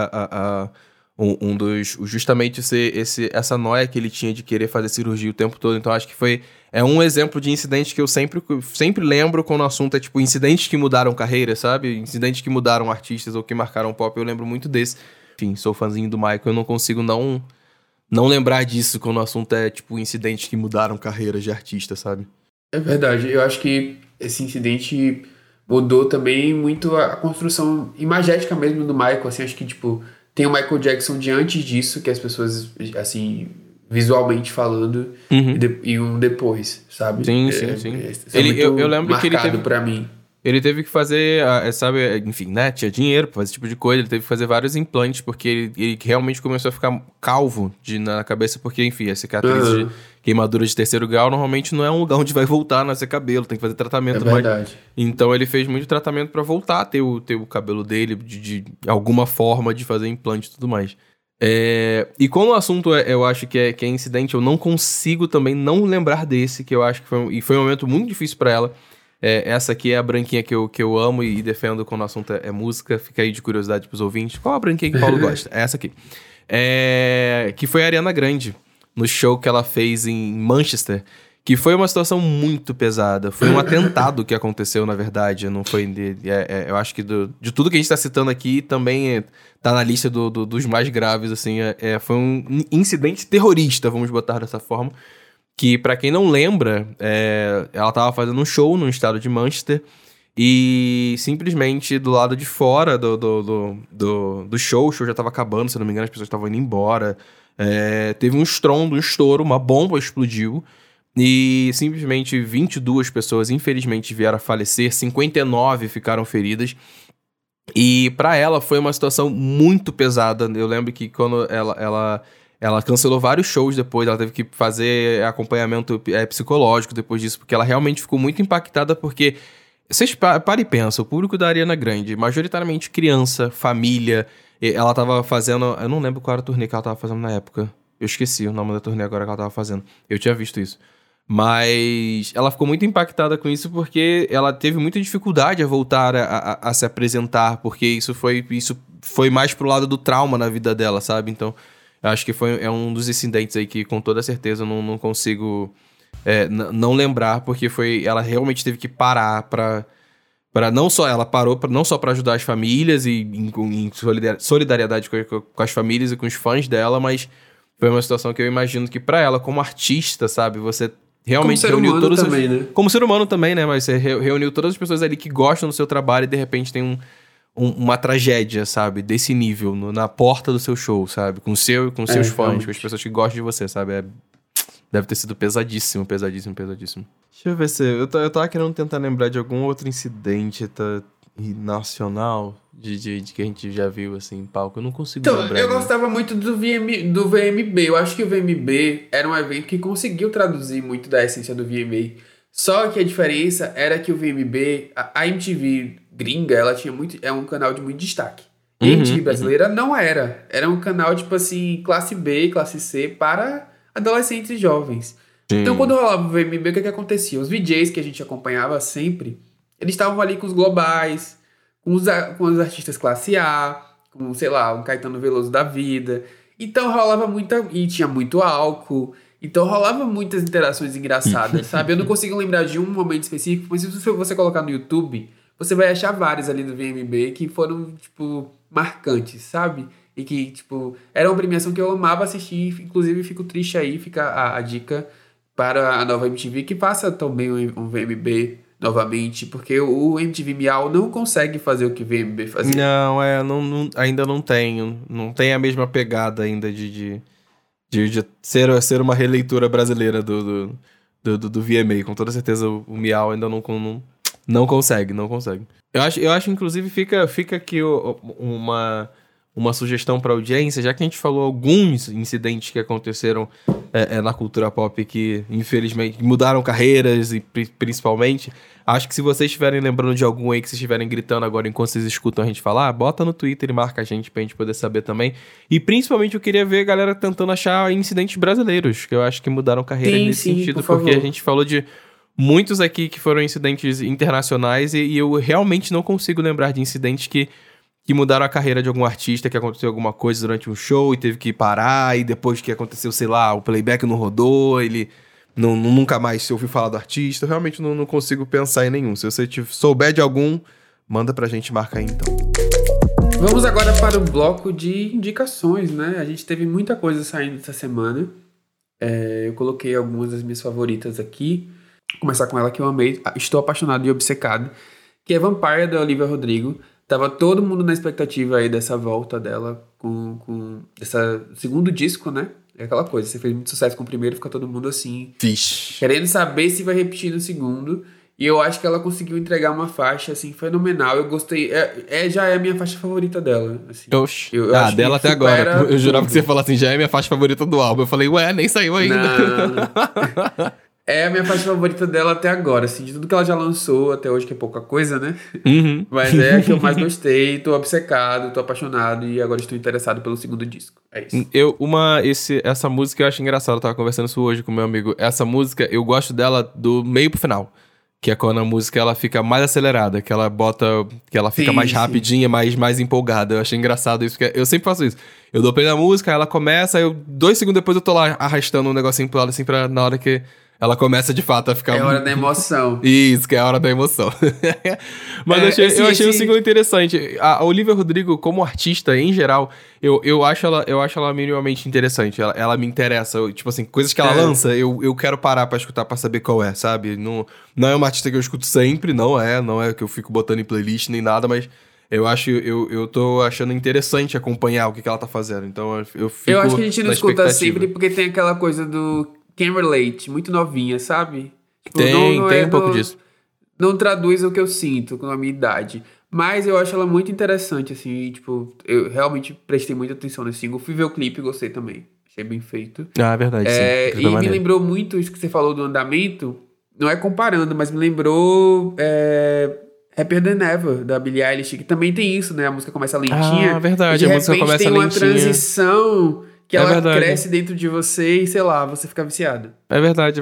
justamente essa noia que ele tinha de querer fazer cirurgia o tempo todo. Então acho que um exemplo de incidente que eu sempre lembro quando o assunto é tipo incidentes que mudaram carreira, sabe? Incidentes que mudaram artistas ou que marcaram pop, eu lembro muito desse. Enfim, sou fãzinho do Michael, eu não consigo não lembrar disso quando o assunto é tipo incidentes que mudaram carreiras de artista, sabe? É verdade, eu acho que esse incidente mudou também muito a construção imagética mesmo do Michael, assim, acho que, tipo, tem o Michael Jackson de antes disso, que as pessoas, assim, visualmente falando, e um depois, sabe? Sim. Eu lembro que ele teve... pra mim. Ele teve que fazer, sabe, enfim, né, tinha dinheiro pra fazer esse tipo de coisa, ele teve que fazer vários implantes, porque ele realmente começou a ficar calvo na cabeça, porque, enfim, a cicatriz de queimadura de 3º grau normalmente não é um lugar onde vai voltar a nascer cabelo, tem que fazer tratamento. É verdade. Então ele fez muito tratamento pra voltar a ter o cabelo dele, de alguma forma de fazer implante e tudo mais. E como o assunto eu acho que é incidente, eu não consigo também não lembrar desse, que eu acho que foi um momento muito difícil pra ela. Essa aqui é a branquinha que eu amo e defendo quando o assunto é música. Fica aí de curiosidade pros ouvintes. Qual a branquinha que o Paulo gosta? É essa aqui. Que foi a Ariana Grande, no show que ela fez em Manchester. Que foi uma situação muito pesada. Foi um atentado que aconteceu, na verdade. Não foi... eu acho que de tudo que a gente tá citando aqui, também tá na lista dos mais graves, assim. Foi um incidente terrorista, vamos botar dessa forma. Que, pra quem não lembra, ela tava fazendo um show no estado de Manchester. E simplesmente do lado de fora do show, o show já tava acabando, se não me engano, as pessoas estavam indo embora. Teve um estrondo, um estouro, uma bomba explodiu. E simplesmente 22 pessoas, infelizmente, vieram a falecer, 59 ficaram feridas. E pra ela foi uma situação muito pesada. Eu lembro que quando ela cancelou vários shows depois, ela teve que fazer acompanhamento psicológico depois disso, porque ela realmente ficou muito impactada, porque... Vocês parem e pensam, o público da Ariana Grande, majoritariamente criança, família, ela tava fazendo... Eu não lembro qual era a turnê que ela tava fazendo na época. Eu esqueci o nome da turnê agora que ela tava fazendo. Eu tinha visto isso. Mas ela ficou muito impactada com isso porque ela teve muita dificuldade a voltar a se apresentar, porque isso foi mais pro lado do trauma na vida dela, sabe? Então, eu acho que é um dos incidentes aí que com toda certeza eu não consigo não lembrar, porque ela realmente teve que parar pra não só ela parou, não só pra ajudar as famílias e em solidariedade com as famílias e com os fãs dela, mas foi uma situação que eu imagino que pra ela, como artista, sabe, você realmente reuniu todos também, né? Como ser humano também, né? Mas você reuniu todas as pessoas ali que gostam do seu trabalho e de repente tem uma tragédia, sabe? Desse nível, na porta do seu show, sabe? Com seus fãs, realmente. com as pessoas que gostam de você, sabe? Deve ter sido pesadíssimo, pesadíssimo, pesadíssimo. Deixa eu ver se... Eu tava querendo tentar lembrar de algum outro incidente nacional de que a gente já viu, assim, em palco. Eu não consigo lembrar. Eu gostava muito do VMB. Eu acho que o VMB era um evento que conseguiu traduzir muito da essência do VMA. Só que a diferença era que o VMB, a MTV gringa, ela tinha um canal de muito destaque. E a MTV brasileira não era. Era um canal, tipo assim, classe B, classe C para adolescentes e jovens. Sim. Então, quando rolava o VMB, o que acontecia? Os VJs que a gente acompanhava sempre, eles estavam ali com os globais, com os artistas classe A, com, sei lá, um Caetano Veloso da vida. Então, rolava e tinha muito álcool. Então, rolava muitas interações engraçadas, sabe? Eu não consigo lembrar de um momento específico, mas se você colocar no YouTube, você vai achar vários ali do VMB que foram, tipo, marcantes, sabe? E que, tipo, era uma premiação que eu amava assistir. Inclusive, fico triste aí, fica a dica para a nova MTV, que faça também um VMB novamente, porque o MTV Miau não consegue fazer o que o VMB fazia. Não, ainda não tem. Não tem a mesma pegada ainda de ser uma releitura brasileira do VMA. Com toda certeza o Miau ainda não consegue. Eu acho inclusive, fica aqui uma sugestão para audiência, já que a gente falou alguns incidentes que aconteceram na cultura pop que, infelizmente, mudaram carreiras e principalmente, acho que se vocês estiverem lembrando de algum aí que vocês estiverem gritando agora enquanto vocês escutam a gente falar, bota no Twitter e marca a gente pra gente poder saber também. E principalmente eu queria ver a galera tentando achar incidentes brasileiros, que eu acho que mudaram carreira nesse sentido, porque a gente falou de muitos aqui que foram incidentes internacionais e eu realmente não consigo lembrar de incidentes que mudaram a carreira de algum artista, que aconteceu alguma coisa durante um show e teve que parar, e depois que aconteceu, sei lá, o playback não rodou, ele nunca mais se ouviu falar do artista. Eu realmente não consigo pensar em nenhum. Se você souber de algum, manda pra gente marcar aí, então. Vamos agora para o bloco de indicações, né? A gente teve muita coisa saindo essa semana. Eu coloquei algumas das minhas favoritas aqui. Vou começar com ela que eu amei. Estou apaixonado e obcecado. Que é Vampire, da Olivia Rodrigo. Tava todo mundo na expectativa aí dessa volta dela com esse segundo disco, né? É aquela coisa, você fez muito sucesso com o primeiro, fica todo mundo assim... Vixe. Querendo saber se vai repetir no segundo. E eu acho que ela conseguiu entregar uma faixa, assim, fenomenal. Eu gostei... já é a minha faixa favorita dela. Assim. Oxi. Dela até agora. Eu jurava que você ia falar assim, já é a minha faixa favorita do álbum. Eu falei, nem saiu ainda. Não. É a minha faixa favorita dela até agora, assim, de tudo que ela já lançou até hoje, que é pouca coisa, né? Uhum. Mas é a que eu mais gostei, tô obcecado, tô apaixonado e agora estou interessado pelo segundo disco. É isso. Essa música eu acho engraçada, eu tava conversando isso hoje com meu amigo. Essa música, eu gosto dela do meio pro final. Que é quando a música ela fica mais acelerada, que ela fica Sim, mais sim. rapidinha, mais empolgada. Eu achei engraçado isso, porque eu sempre faço isso. Eu dou play na música, ela começa, 2 segundos depois eu tô lá arrastando um negocinho pro lado, assim, pra na hora que ela começa de fato a ficar... É hora da emoção. Isso, que é a hora da emoção. Mas eu achei o single interessante. A Olivia Rodrigo, como artista, em geral, eu acho ela minimamente interessante. Ela me interessa. Tipo assim, coisas que ela lança, eu quero parar pra escutar pra saber qual é, sabe? Não é uma artista que eu escuto sempre, não é que eu fico botando em playlist nem nada, mas eu tô achando interessante acompanhar o que ela tá fazendo. Então eu fico Eu acho que a gente não na escuta expectativa. sempre porque tem aquela coisa do can relate, muito novinha, sabe? Tipo, Tem um pouco disso. Não traduz o que eu sinto com a minha idade. Mas eu acho ela muito interessante, assim, e, tipo, eu realmente prestei muita atenção nesse single. Fui ver o clipe e gostei também. Achei bem feito. Ah, é verdade, sim. E me lembrou muito isso que você falou do andamento. Não é comparando, mas me lembrou Happier Than Ever, da Billie Eilish, que também tem isso, né? A música começa lentinha. Ah, verdade. E de A música repente começa tem uma lentinha. transição que ela verdade. cresce dentro de você e, sei lá, você fica viciado. É verdade.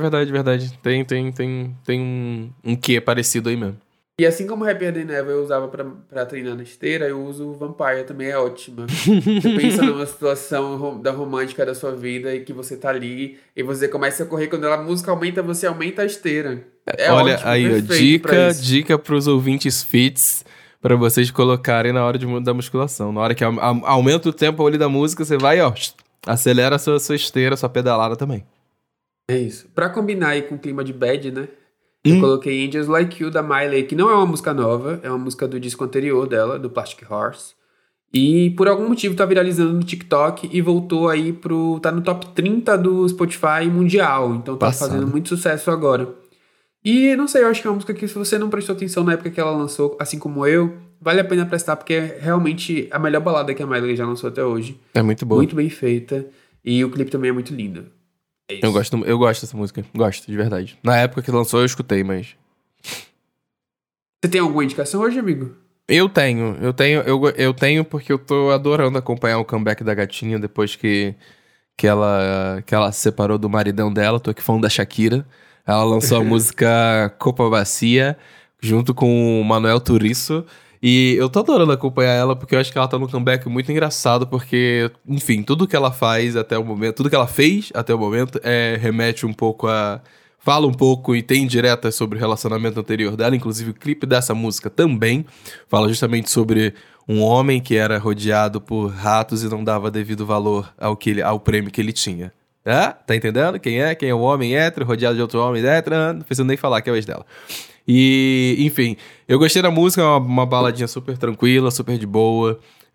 Tem um quê parecido aí mesmo. E assim como Happier Than Ever eu usava pra treinar na esteira, eu uso o Vampire, também é ótima. Você pensa numa situação da romântica da sua vida e que você tá ali e você começa a correr, quando a música aumenta, você aumenta a esteira. É Olha ótimo, aí, ó, perfeito pra isso. dica pros ouvintes fits pra vocês colocarem na hora da musculação. Na hora que aumenta o tempo ali da música, você vai, ó, acelera a sua esteira, sua pedalada também. É isso. Pra combinar aí com o clima de bad, né? Eu coloquei Angels Like You, da Miley, que não é uma música nova, é uma música do disco anterior dela, do Plastic Horse. E por algum motivo tá viralizando no TikTok e voltou aí tá no top 30 do Spotify mundial. Então tá Passado. fazendo muito sucesso agora. E não sei, eu acho que é uma música que, se você não prestou atenção na época que ela lançou, assim como eu, vale a pena prestar, porque é realmente a melhor balada que a Miley já lançou até hoje. É muito boa. Muito bem feita. E o clipe também é muito lindo. É isso. Eu gosto dessa música. Gosto, de verdade. Na época que lançou, eu escutei, mas... Você tem alguma indicação hoje, amigo? Eu tenho porque eu tô adorando acompanhar o comeback da gatinha depois que ela se separou do maridão dela. Tô aqui falando da Shakira. Ela lançou a música Copa Bacia junto com o Manuel Turizo. E eu tô adorando acompanhar ela porque eu acho que ela tá num comeback muito engraçado, porque, enfim, tudo que ela faz até o momento, tudo que ela fez até o momento remete um pouco a... Fala um pouco e tem indiretas sobre o relacionamento anterior dela, inclusive o clipe dessa música também fala justamente sobre um homem que era rodeado por ratos e não dava devido valor ao prêmio que ele tinha. Tá entendendo? Quem é o homem hétero, rodeado de outro homem hétero? Não preciso nem falar que é o ex dela. E, enfim, eu gostei da música, é uma baladinha super tranquila, super de boa.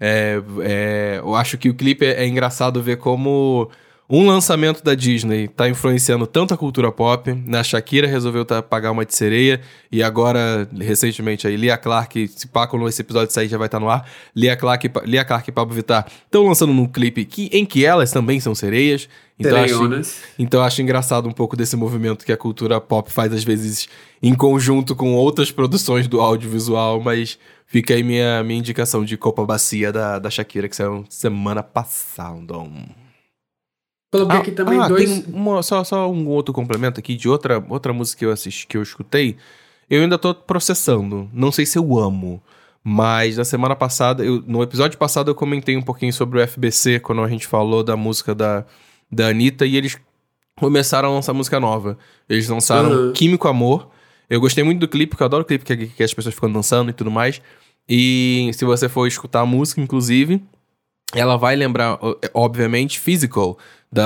Eu acho que o clipe é engraçado ver como um lançamento da Disney tá influenciando tanto a cultura pop, né? A Shakira resolveu pagar uma de sereia, e agora, recentemente, aí, Lia Clark, se pá, quando esse episódio sair já vai estar no ar, Lia Clark e Pablo Vittar estão lançando um clipe em que elas também são sereias. Então eu acho engraçado um pouco desse movimento que a cultura pop faz, às vezes, em conjunto com outras produções do audiovisual, mas fica aí minha indicação de Copa Bacia da Shakira, que saiu semana passada. Coloquei aqui também dois... Tem só um outro complemento aqui de outra música que eu escutei. Eu ainda tô processando. Não sei se eu amo, mas na semana passada, no episódio passado eu comentei um pouquinho sobre o FBC, quando a gente falou da música da Anitta, e eles começaram a lançar música nova. Eles lançaram Químico Amor. Eu gostei muito do clipe, porque eu adoro o clipe que as pessoas ficam dançando e tudo mais. E se você for escutar a música, inclusive, ela vai lembrar, obviamente, Physical,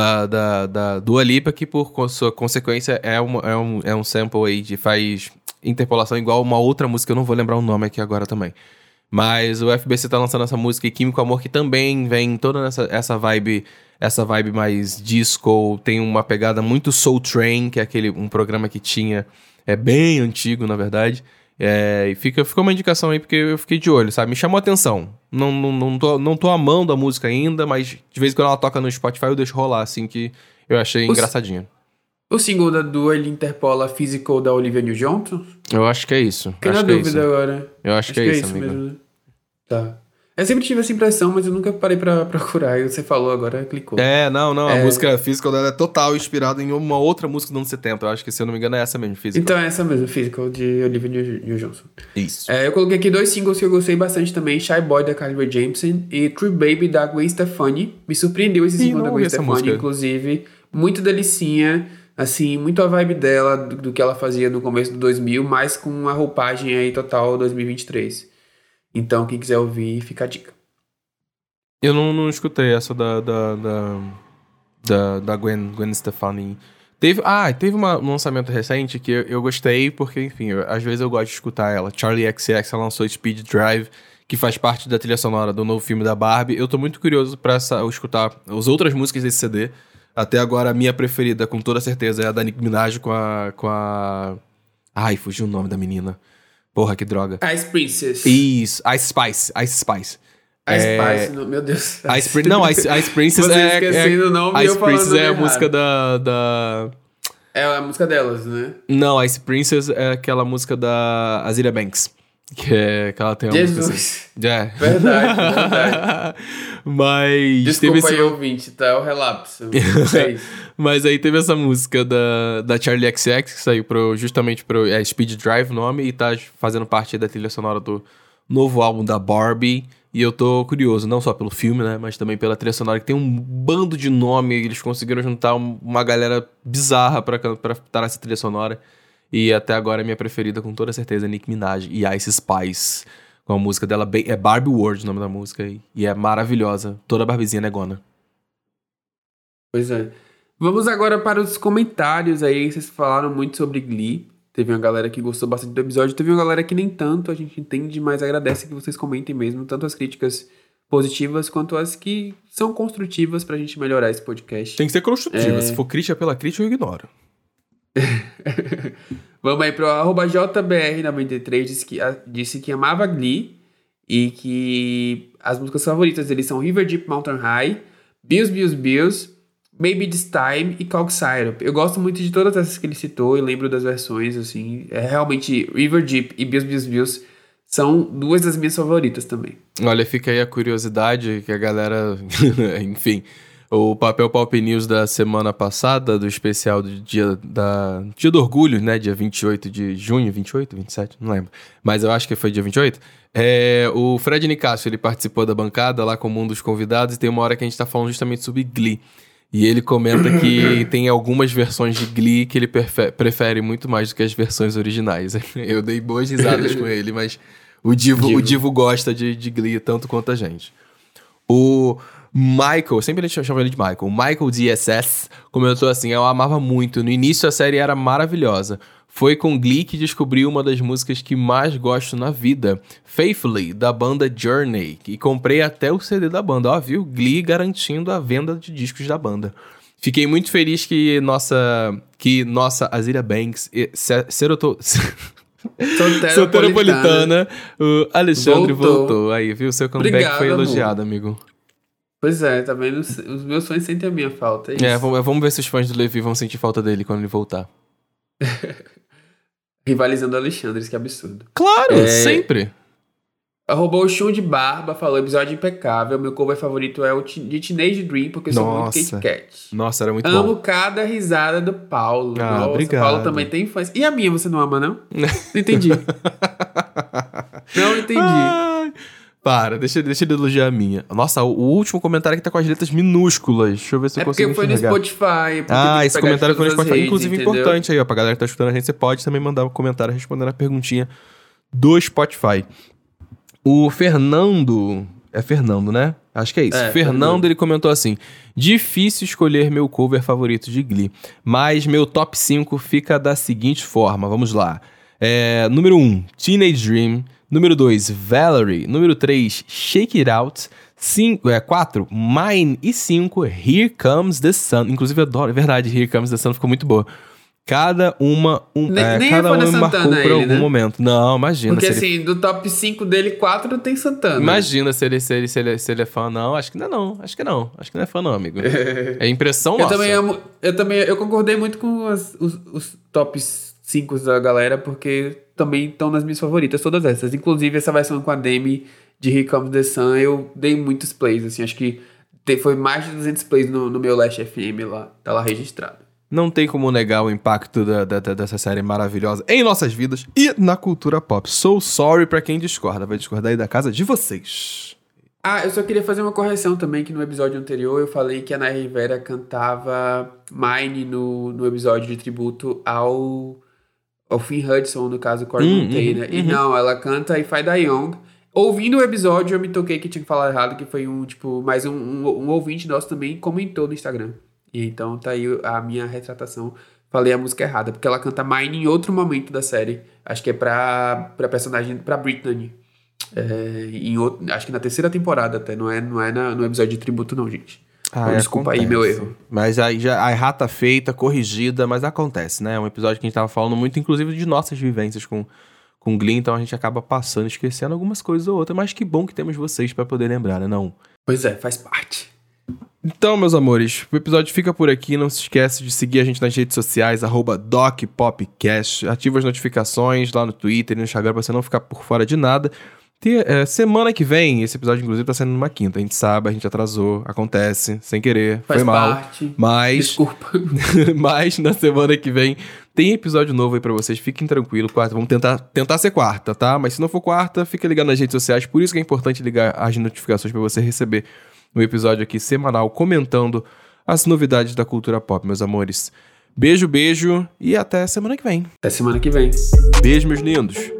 da Dua Lipa, que por sua consequência é um sample aí de faz interpolação igual uma outra música, eu não vou lembrar o nome aqui agora também. Mas o FBC tá lançando essa música e Químico Amor, que também vem toda essa vibe mais disco, tem uma pegada muito Soul Train, que é um programa que tinha, é bem antigo, na verdade. E ficou uma indicação aí, porque eu fiquei de olho, sabe? Me chamou a atenção. Não tô amando a música ainda, mas de vez em quando ela toca no Spotify, eu deixo rolar, assim, que eu achei engraçadinho. O single da Dua, ele interpola Physical da Olivia Newton-John? Eu acho que é isso. Fiquei na dúvida agora. Eu acho que é isso, amigo. Mesmo, né? Tá. Eu sempre tive essa impressão, mas eu nunca parei pra procurar. E você falou agora, clicou. Não, a música Physical dela é total inspirada em uma outra música dos anos 70. Eu acho que, se eu não me engano, é essa mesmo, Physical. Então é essa mesmo, Physical, de Olivia Newton-John. Isso. Eu coloquei aqui 2 singles que eu gostei bastante também, Shy Boy, da Carly Rae Jepsen, e True Baby, da Gwen Stefani. Me surpreendeu esse single da Gwen Stefani, inclusive. Muito delicinha, assim, muito a vibe dela, do que ela fazia no começo do 2000, mas com uma roupagem aí total 2023. Então, quem quiser ouvir, fica a dica. Eu não escutei essa da Gwen Stefani. Teve um lançamento recente que eu gostei, porque, enfim, às vezes eu gosto de escutar ela. Charli XCX, ela lançou Speed Drive, que faz parte da trilha sonora do novo filme da Barbie. Eu tô muito curioso pra escutar as outras músicas desse CD. Até agora, a minha preferida, com toda certeza, é a da Nicki Minaj com a... Ai, fugiu o nome da menina. Porra, que droga. Ice Princess. Isso, Ice Spice. Ice Spice, meu Deus. Ice Princess Você esquecendo o nome e eu falando Princess é a errado. música da... É a música delas, né? Não, Ice Princess é aquela música da Azealia Banks. Que ela tem uma música assim. Verdade. Mas... Desculpa aí, ouvinte, tá? É o relapso. É isso. Mas aí teve essa música da Charli XCX, que saiu justamente pro Speed Drive, o nome, e tá fazendo parte da trilha sonora do novo álbum da Barbie. E eu tô curioso, não só pelo filme, né, mas também pela trilha sonora, que tem um bando de nome. Eles conseguiram juntar uma galera bizarra pra estar nessa trilha sonora. E até agora a minha preferida, com toda certeza, é Nicki Minaj e Ice Spice. Com a música dela, é Barbie World o nome da música. E é maravilhosa. Toda barbizinha negona. Pois é. Vamos agora para os comentários aí. Vocês falaram muito sobre Glee. Teve uma galera que gostou bastante do episódio. Teve uma galera que nem tanto. A gente entende, mas agradece que vocês comentem mesmo. Tanto as críticas positivas quanto as que são construtivas pra gente melhorar esse podcast. Tem que ser construtiva. Se for crítica pela crítica, eu ignoro. Vamos aí pro @jbr93, disse que amava Glee e que as músicas favoritas dele são River Deep Mountain High, Bills, Maybe This Time e Coke Syrup. Eu gosto muito de todas essas que ele citou e lembro das versões, assim. Realmente, River Deep e Bills são 2 das minhas favoritas também. Olha, fica aí a curiosidade que a galera... Enfim... O Papel Pop News da semana passada, do especial do Dia do Orgulho, né? Dia 28 de junho, 28, 27, não lembro. Mas eu acho que foi dia 28. O Fred Nicásio, ele participou da bancada lá como um dos convidados, e tem uma hora que a gente tá falando justamente sobre Glee. E ele comenta que tem algumas versões de Glee que ele prefere muito mais do que as versões originais. Eu dei boas risadas com ele, mas o Divo gosta de Glee tanto quanto a gente. O Michael, sempre a gente chama ele de Michael. O Michael DSS comentou assim: eu amava muito. No início a série era maravilhosa. Foi com Glee que descobri uma das músicas que mais gosto na vida, Faithfully, da banda Journey. E comprei até o CD da banda. Ó, viu? Glee garantindo a venda de discos da banda. Fiquei muito feliz que nossa Azealia Banks Soteropolitana, o Alexandre voltou. Aí, viu? Seu comeback Obrigado, foi elogiado, amigo. Pois é, tá vendo? Os meus fãs sentem a minha falta, é isso. Vamos ver se os fãs do Levi vão sentir falta dele quando ele voltar. Rivalizando Alexandre, que absurdo. Claro, sempre. Roubou o Chum de Barba, falou, episódio impecável. Meu cover favorito é o de Teenage Dream, porque eu sou muito Kit Kat. Nossa, era muito bom. Amo cada risada do Paulo. Nossa, obrigado. O Paulo também tem fãs. E a minha, você não ama, não? Não entendi. Não entendi. Para, deixa ele elogiar a minha. Nossa, o último comentário aqui tá com as letras minúsculas. Deixa eu ver se eu consigo enxergar. Porque foi no Spotify. Esse comentário foi no Spotify. Redes, inclusive, entendeu? Importante aí, ó. Pra galera que tá escutando a gente, você pode também mandar um comentário respondendo a perguntinha do Spotify. O Fernando... É Fernando, né? Acho que é isso. Fernando, ele comentou assim: difícil escolher meu cover favorito de Glee, mas meu top 5 fica da seguinte forma. Vamos lá. Número 1, Teenage Dream. Número 2, Valerie. Número 3, Shake It Out. 4, Mine. E 5, Here Comes the Sun. Inclusive, eu adoro. É verdade, Here Comes the Sun ficou muito boa. Cada uma me marcou por algum momento. Não, imagina. Porque assim, do top 5 dele, 4 tem Santana. Imagina se ele é fã. Não, acho que não é não. Acho que não é fã não, amigo. É impressão nossa. Eu concordei muito com os tops 5 da galera, porque também estão nas minhas favoritas, todas essas. Inclusive essa versão com a Demi de Here Comes the Sun, eu dei muitos plays, assim, acho que foi mais de 200 plays no meu Last FM lá, tá lá registrado. Não tem como negar o impacto dessa série maravilhosa em nossas vidas e na cultura pop. So sorry pra quem discorda, vai discordar aí da casa de vocês. Ah, eu só queria fazer uma correção também, que no episódio anterior eu falei que a Naya Rivera cantava Mine no episódio de tributo ao Finn Hudson, no caso, Corey Montana. E não, ela canta If I Die Young. Ouvindo o episódio, eu me toquei que tinha que falar errado, que foi mais um ouvinte nosso também comentou no Instagram. E então tá aí a minha retratação. Falei a música errada, porque ela canta Mine em outro momento da série. Acho que é pra personagem, pra Brittany. Acho que na 3ª temporada até, não é no episódio de tributo não, gente. Então, desculpa acontece. aí meu erro. Mas aí já a errata feita, corrigida, mas acontece, né? É um episódio que a gente tava falando muito, inclusive, de nossas vivências com Glee, então a gente acaba passando, esquecendo algumas coisas ou outras, mas que bom que temos vocês pra poder lembrar, né, não? Pois é, faz parte. Então, meus amores, o episódio fica por aqui. Não se esquece de seguir a gente nas redes sociais, @DocPopcast. Ativa as notificações lá no Twitter e no Instagram pra você não ficar por fora de nada. Semana que vem, esse episódio inclusive tá saindo numa quinta. A gente sabe, a gente atrasou, acontece, sem querer, faz foi mal. Parte. Mas, desculpa. mas na semana que vem tem episódio novo aí pra vocês, fiquem tranquilos. Vamos tentar ser quarta, tá? Mas se não for quarta, fica ligado nas redes sociais. Por isso que é importante ligar as notificações pra você receber um episódio aqui semanal comentando as novidades da cultura pop, meus amores. Beijo, beijo e até semana que vem. Até semana que vem. Beijo, meus lindos.